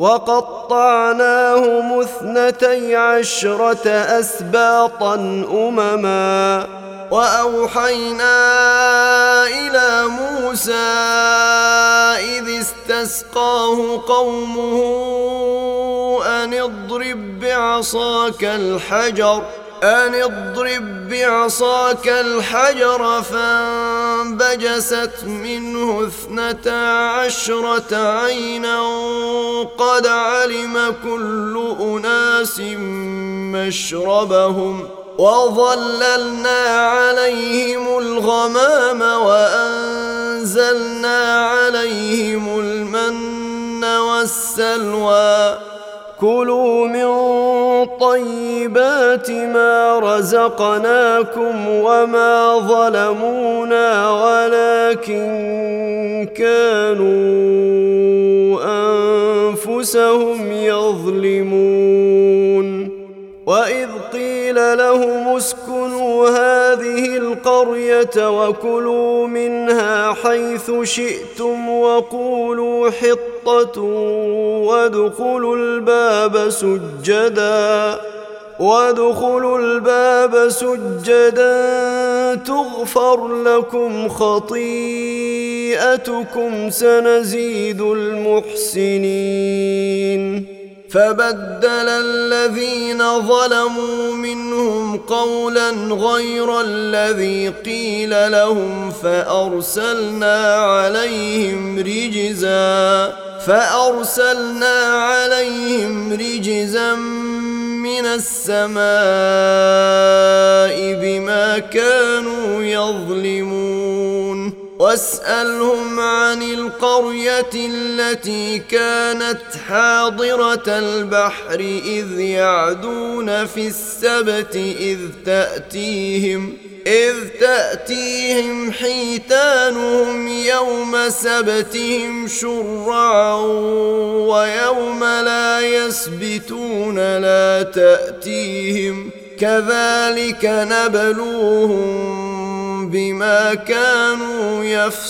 وقطعناهم 12 أسباطا أمما وأوحينا إلى موسى إذ استسقاه قومه أن اضرب بعصاك الحجر فانبجست منه 12 عينا قد علم كل أناس مشربهم وظللنا عليهم الغمام وأنزلنا عليهم المن والسلوى كلوا من طيبات ما رزقناكم وما ظلمونا ولكن كانوا أنفسهم يظلمون. وإذ قيل لهم اسكنوا هذه القرية وكلوا منها حيث شئتم وقولوا حطة وادخلوا الباب سجدا تغفر لكم خطيئتكم سنزيد المحسنين. فبدل الذين ظلموا منهم قولا غير الذي قيل لهم فأرسلنا عليهم رجزا من السماء بما كانوا يظلمون. واسألهم عن القرية التي كانت حاضرة البحر إذ يعدون في السبت إذ تأتيهم حيتانهم يوم سبتهم شرعا ويوم لا يسبتون لا تأتيهم كذلك نبلوهم بما كانوا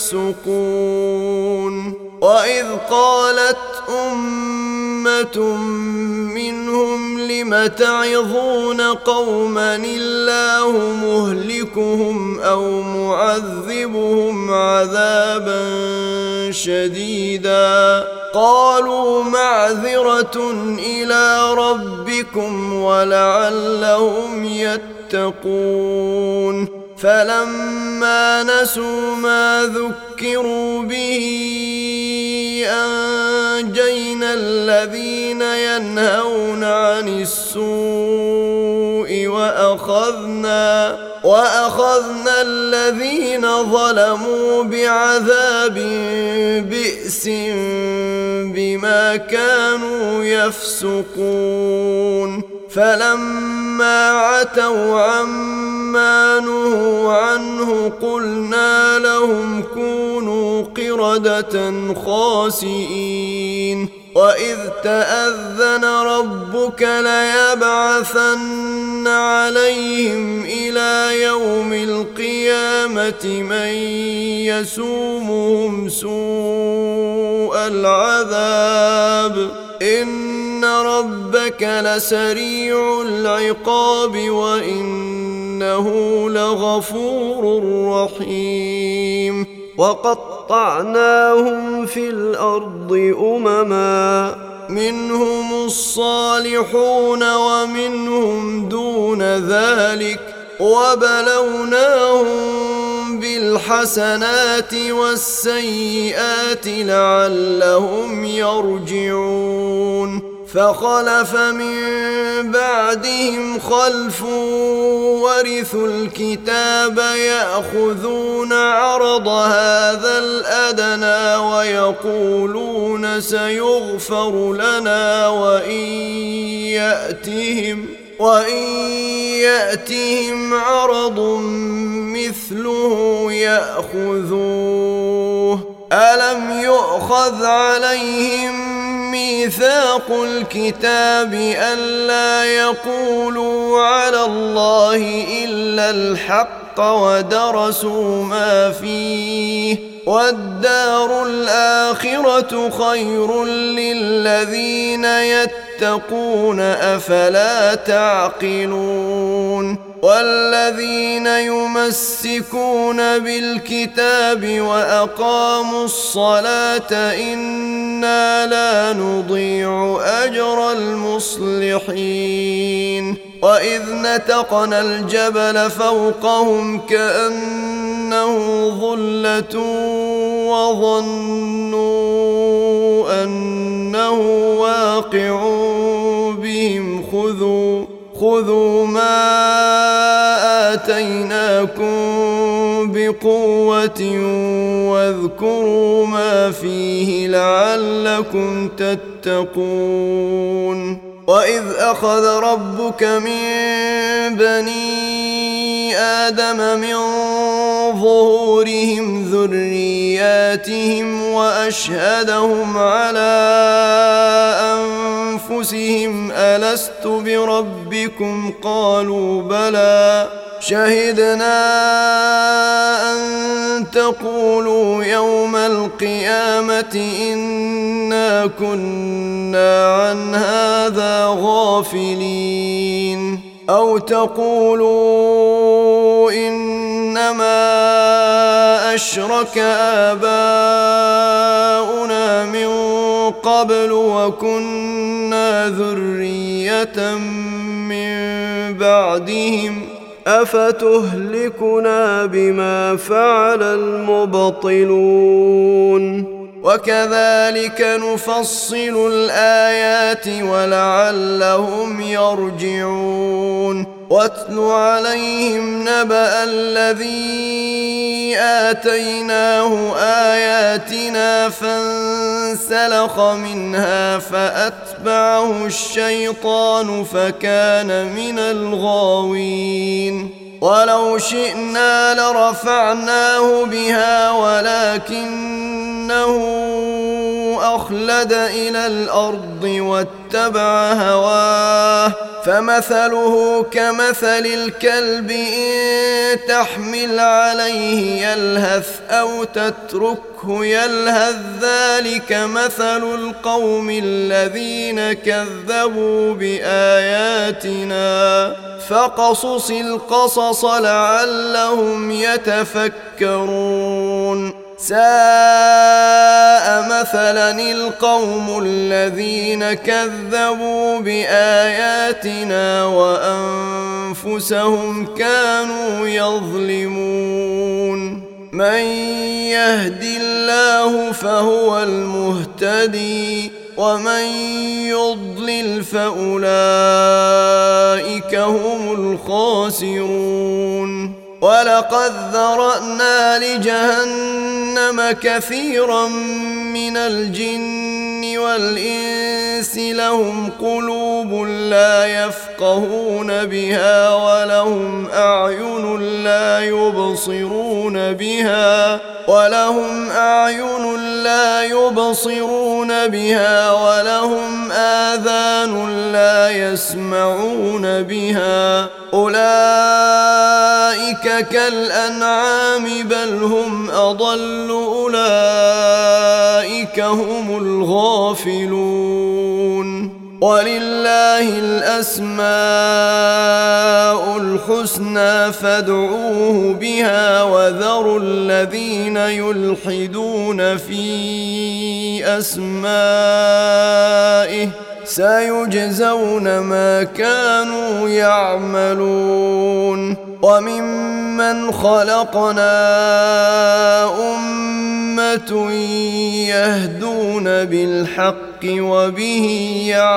يفسقون. وإذ قالت أمة منهم لم تعظون قوما الله مهلكهم أو معذبهم عذابا شديدا قالوا معذرة إلى ربكم ولعلهم يتقون. فلما نسوا ما ذكروا به أنجينا الذين ينهون عن السوء وأخذنا الذين ظلموا بعذاب بئس بما كانوا يفسقون. فلما عتوا عما نهوا عنه قلنا لهم كونوا قردة خاسئين. وإذ تأذن ربك ليبعثن عليهم إلى يوم القيامة من يسومهم سوء العذاب إن ربك لسريع العقاب وإنه لغفور رحيم. وقطعناهم في الأرض أمما منهم الصالحون ومنهم دون ذلك وبلوناهم بالحسنات والسيئات لعلهم يرجعون فخلف من بعدهم خلف ورثوا الكتاب يأخذون عرض هذا الأدنى ويقولون سيغفر لنا وإن يأتهم عرض مثله يأخذوه ألم يؤخذ عليهم ميثاق الكتاب ألا يقولوا على الله إلا الحق ودرسوا ما فيه والدار الآخرة خير للذين يتقون أفلا تعقلون والذين يمسكون بالكتاب وأقاموا الصلاة إنا لا نضيع أجر المصلحين وإذ نتقنا الجبل فوقهم كأنه ظلة وظنوا أنه واقع بهم خذوا ما آتيناكم بقوة واذكروا ما فيه لعلكم تتقون وإذ أخذ ربك من بني آدم من ظهورهم ذرياتهم وأشهدهم على أنفسهم ألست بربكم قالوا بلى شهدنا أن تقولوا يوم القيامة إنا كنا عن هذا غافلين أو تقولوا إنما أشرك آباؤنا من قبل وكنا ذرية من بعدهم أفتهلكنا بما فعل المبطلون وكذلك نفصل الآيات ولعلهم يرجعون واتل عليهم نبأ الذي آتيناه آياتنا فانسلخ منها فأتبعه الشيطان فكان من الغاوين ولو شئنا لرفعناه بها ولكنه أخلد إلى الأرض واتبع هواه فمثله كمثل الكلب إن تحمل عليه يلهث أو تتركه يلهث ذلك مثل القوم الذين كذبوا بآياتنا فقصص القصص لعلهم يتفكرون ساء مثلا القوم الذين كذبوا بآياتنا وأنفسهم كانوا يظلمون من يهد الله فهو المهتدي ومن يضلل فأولئك هم الخاسرون ولقد ذرأنا لجهنم كثيرا من الجن والإنس لهم قلوب لا يفقهون بها ولهم أعين لا يبصرون بها ولهم آذان لا يسمعون بها أولئك كالأنعام بل هم أضل أولئك هم الغافلون ولله الأسماء الحسنى فادعوه بها وذروا الذين يلحدون في أسمائه سيجزون ما كانوا يعملون وممن خلقنا أمة يهدون بالحق وبه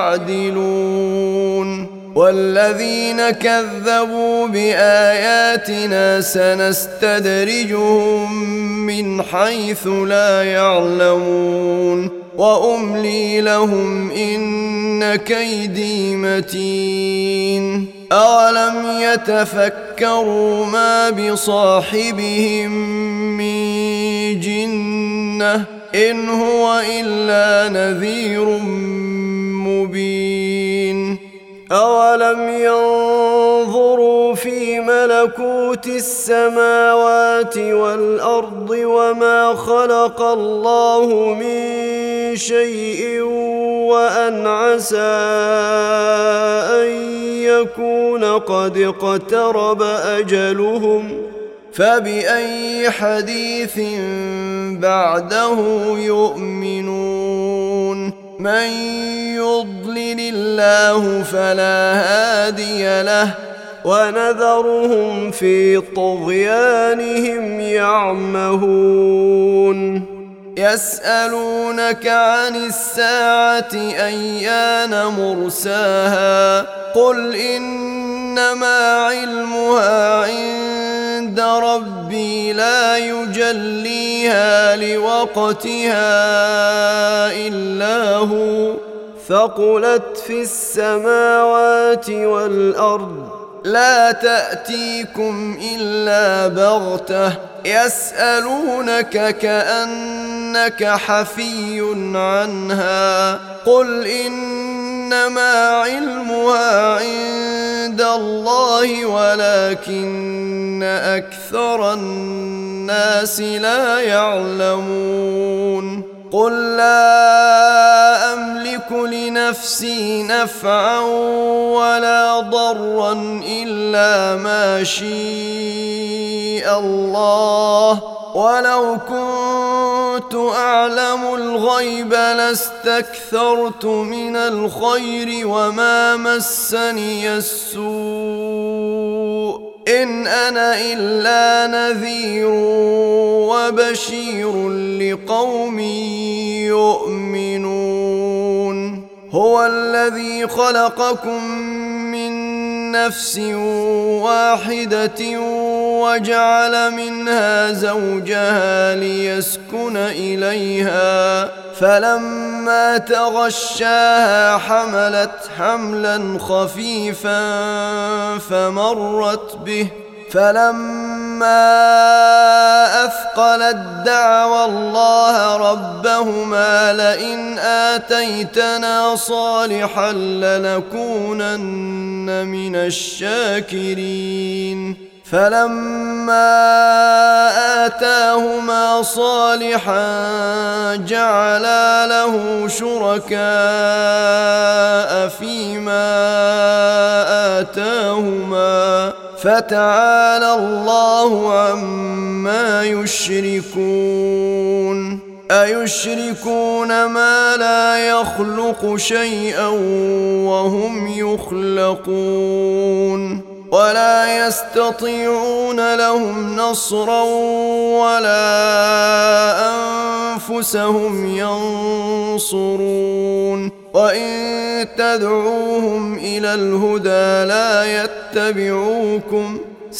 يعدلون والذين كذبوا بآياتنا سنستدرجهم من حيث لا يعلمون وأملي لهم إن كيدي متين أولم يتفكروا ما بصاحبهم من جنة إن هو إلا نذير مبين أولم ينظروا في ملكوت السماوات والأرض وما خلق الله من شيء وأن عسى أن يكون قد اقترب أجلهم فبأي حديث بعده يؤمنون من يضلل الله فلا هادي له ونذرهم في طغيانهم يعمهون يسألونك عن الساعة أيان مرساها قل إنما علمها عند ربي لا يجليها لوقتها إلا هو ثقلت في السماوات والأرض لا تأتيكم إلا بغتة يسألونك كأنك حفي عنها قل إنما علمها عند الله ولكن أكثر الناس لا يعلمون قل لا أملك لنفسي نفعا ولا ضرا إلا ما شاء الله ولو كنت أعلم الغيب لاستكثرت من الخير وما مسني السوء إن أنا إلا نذير وبشير لقوم يؤمنون هو الذي خلقكم من نفس واحدة وجعل منها زوجها ليسكن إليها فلما تغشاها حملت حملا خفيفا فمرت به فلما أثقلت دعوا الله ربهما لئن آتيتنا صالحا لنكونن من الشاكرين فلما آتاهما صالحا جعلا له شركاء فيما آتاهما فتعالى الله عما يشركون أيشركون ما لا يخلق شيئا وهم يخلقون ولا يستطيعون لهم نصرا ولا أنفسهم ينصرون وإن تدعوهم إلى الهدى لا يتبعوكم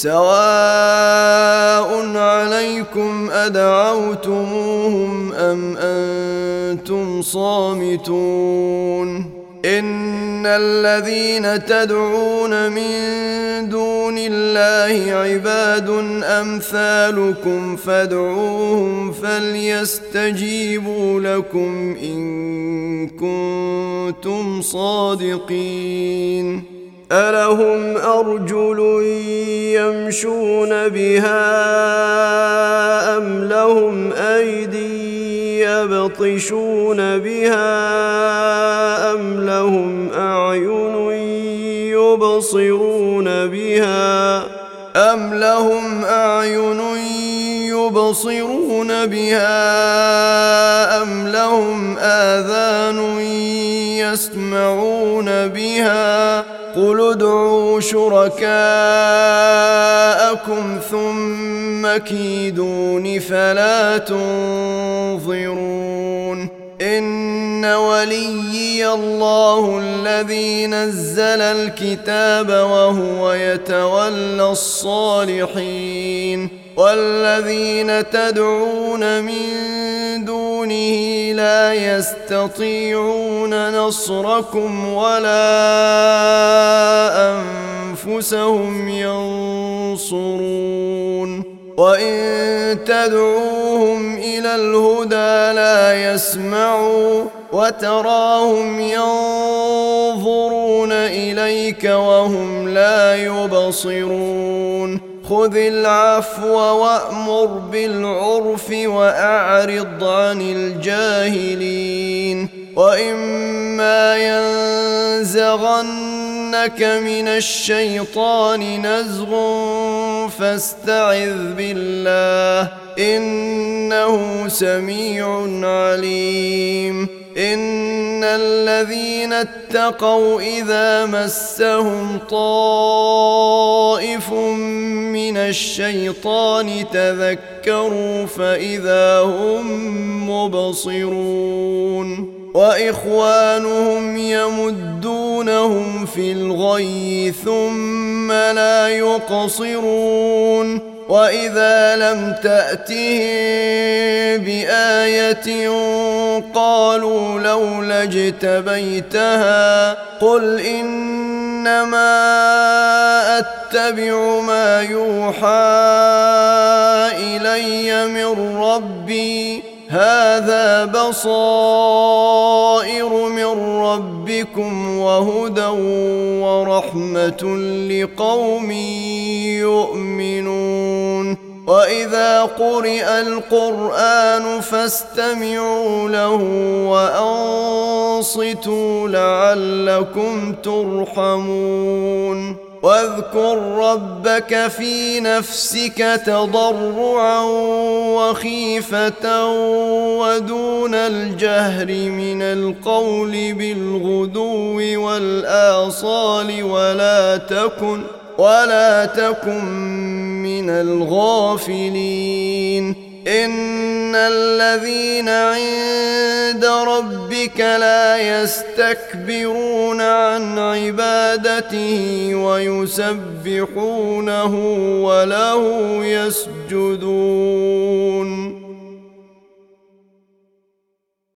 سواء عليكم أدعوتموهم أم أنتم صامتون إن الذين تدعون من دون الله عباد أمثالكم فادعوهم فليستجيبوا لكم إن كنتم صادقين ألهم أرجل يمشون بها أم لهم أيدي يبطشون بها أم لهم أعين يبصرون بها أم لهم أعين يبصرون بها أم لهم آذان يسمعون بها قل ادعوا شركاءكم ثم كيدون فلا تنظرون إن وليي الله الذي نزل الكتاب وهو يتولى الصالحين والذين تدعون من دونه لا يستطيعون نصركم ولا أنفسهم ينصرون وإن تدعوهم إلى الهدى لا يسمعوا وتراهم ينظرون إليك وهم لا يبصرون خذ العفو وأمر بالعرف وأعرض عن الجاهلين وإما ينزغنك من الشيطان نزغ فاستعذ بالله إنه سميع عليم إن الذين اتقوا إذا مسهم طائف من الشيطان تذكروا فإذا هم مبصرون وإخوانهم يمدونهم في الغي ثم لا يقصرون وإذا لم تأتهم بآية قالوا لولا اجتبيتها قل إنما أتبع ما يوحى إلي من ربي هذا بصائر من ربكم وهدى ورحمة لقوم يؤمنون وإذا قرئ القرآن فاستمعوا له وأنصتوا لعلكم ترحمون واذكر ربك في نفسك تضرعا وخيفة ودون الجهر من القول بالغدو والآصال ولا تكن من الغافلين إن الذين عند ربك لا يستكبرون عن عبادته ويسبحونه وله يسجدون